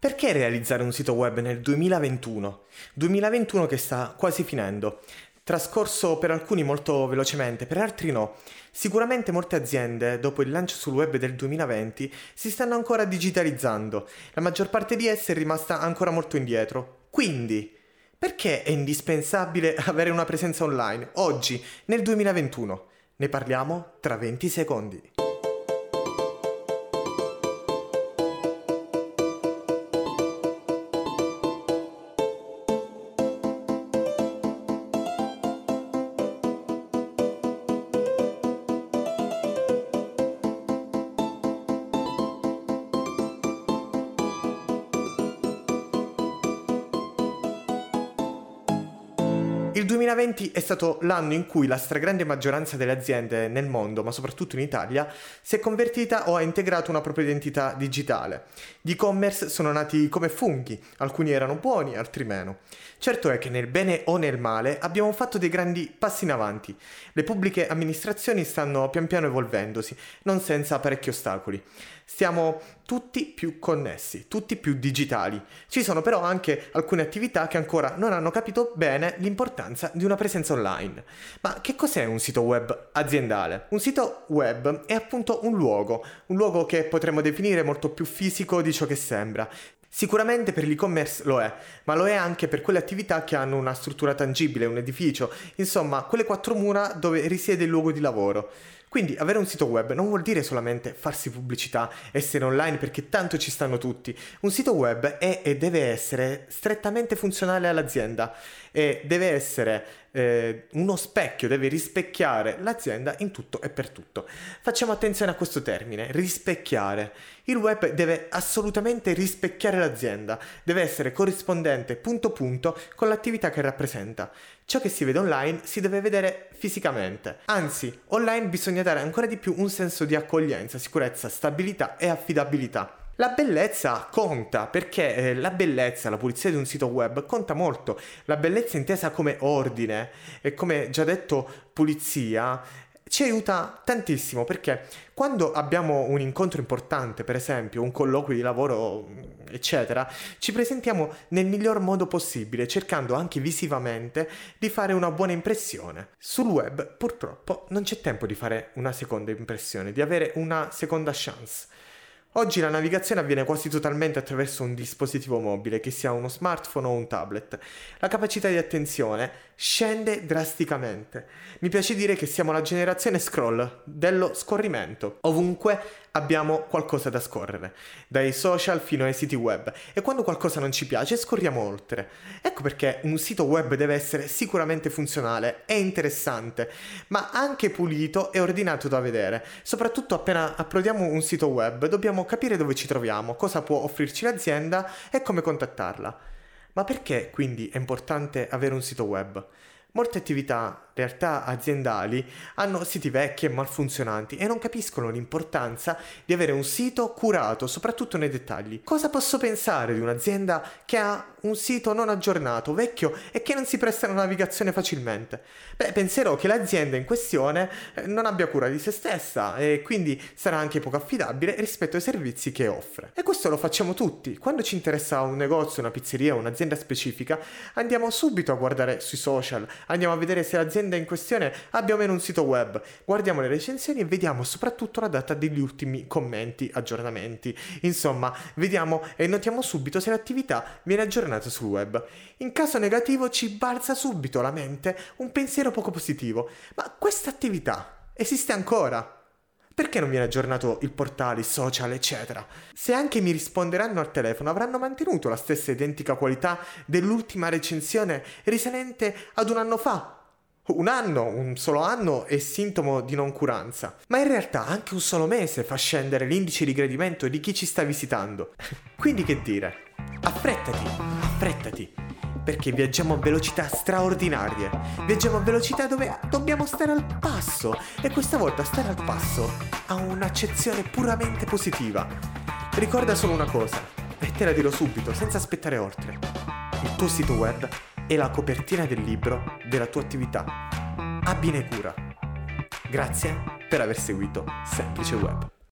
Perché realizzare un sito web nel 2021? 2021 che sta quasi finendo. Trascorso per alcuni molto velocemente, per altri no. Sicuramente molte aziende, dopo il lancio sul web del 2020, si stanno ancora digitalizzando. La maggior parte di esse è rimasta ancora molto indietro. Quindi, perché è indispensabile avere una presenza online oggi, nel 2021? Ne parliamo tra 20 secondi. Il 2020 è stato l'anno in cui la stragrande maggioranza delle aziende nel mondo, ma soprattutto in Italia, si è convertita o ha integrato una propria identità digitale. Gli e-commerce sono nati come funghi, alcuni erano buoni, altri meno. Certo è che nel bene o nel male abbiamo fatto dei grandi passi in avanti. Le pubbliche amministrazioni stanno pian piano evolvendosi, non senza parecchi ostacoli. Stiamo tutti più connessi, tutti più digitali. Ci sono però anche alcune attività che ancora non hanno capito bene l'importanza di una presenza online. Ma che cos'è un sito web aziendale? Un sito web è appunto un luogo che potremmo definire molto più fisico di ciò che sembra. Sicuramente per l'e-commerce lo è, ma lo è anche per quelle attività che hanno una struttura tangibile, un edificio, insomma, quelle quattro mura dove risiede il luogo di lavoro. Quindi avere un sito web non vuol dire solamente farsi pubblicità, essere online perché tanto ci stanno tutti. Un sito web è e deve essere strettamente funzionale all'azienda e deve essere uno specchio, deve rispecchiare l'azienda in tutto e per tutto. Facciamo attenzione a questo termine, rispecchiare. Il web deve assolutamente rispecchiare l'azienda, deve essere corrispondente punto punto con l'attività che rappresenta. Ciò che si vede online si deve vedere fisicamente. Anzi, online bisogna dare ancora di più un senso di accoglienza, sicurezza, stabilità e affidabilità. La bellezza conta perché la bellezza, la pulizia di un sito web conta molto. La bellezza intesa come ordine e come già detto pulizia ci aiuta tantissimo perché quando abbiamo un incontro importante, per esempio un colloquio di lavoro, eccetera, ci presentiamo nel miglior modo possibile, cercando anche visivamente di fare una buona impressione. Sul web purtroppo non c'è tempo di fare una seconda impressione, di avere una seconda chance. Oggi la navigazione avviene quasi totalmente attraverso un dispositivo mobile, che sia uno smartphone o un tablet. La capacità di attenzione scende drasticamente. Mi piace dire che siamo la generazione scroll, dello scorrimento. Ovunque abbiamo qualcosa da scorrere, dai social fino ai siti web, e quando qualcosa non ci piace scorriamo oltre. Ecco perché un sito web deve essere sicuramente funzionale e interessante, ma anche pulito e ordinato da vedere. Soprattutto appena approdiamo un sito web dobbiamo capire dove ci troviamo, cosa può offrirci l'azienda e come contattarla. Ma perché quindi è importante avere un sito web? Molte attività, realtà aziendali, hanno siti vecchi e malfunzionanti e non capiscono l'importanza di avere un sito curato, soprattutto nei dettagli. Cosa posso pensare di un'azienda che ha un sito non aggiornato, vecchio e che non si presta alla navigazione facilmente? Penserò che l'azienda in questione non abbia cura di se stessa e quindi sarà anche poco affidabile rispetto ai servizi che offre. E questo lo facciamo tutti. Quando ci interessa un negozio, una pizzeria, un'azienda specifica, andiamo subito a guardare sui social, andiamo a vedere se l'azienda in questione abbia o meno un sito web, guardiamo le recensioni e vediamo soprattutto la data degli ultimi commenti, aggiornamenti. Insomma, vediamo e notiamo subito se l'attività viene aggiornata sul web. In caso negativo ci balza subito alla mente un pensiero poco positivo. Ma questa attività esiste ancora? Perché non viene aggiornato il portale, i social, eccetera? Se anche mi risponderanno al telefono, avranno mantenuto la stessa identica qualità dell'ultima recensione risalente ad un anno fa? Un solo anno è sintomo di noncuranza, ma in realtà anche un solo mese fa scendere l'indice di gradimento di chi ci sta visitando. Quindi che dire? Affrettati, perché viaggiamo a velocità straordinarie. Viaggiamo a velocità dove dobbiamo stare al passo, e questa volta stare al passo ha un'accezione puramente positiva. Ricorda solo una cosa, e te la dirò subito, senza aspettare oltre. Il tuo sito web è la copertina del libro della tua attività. Abbine cura. Grazie per aver seguito Semplice Web.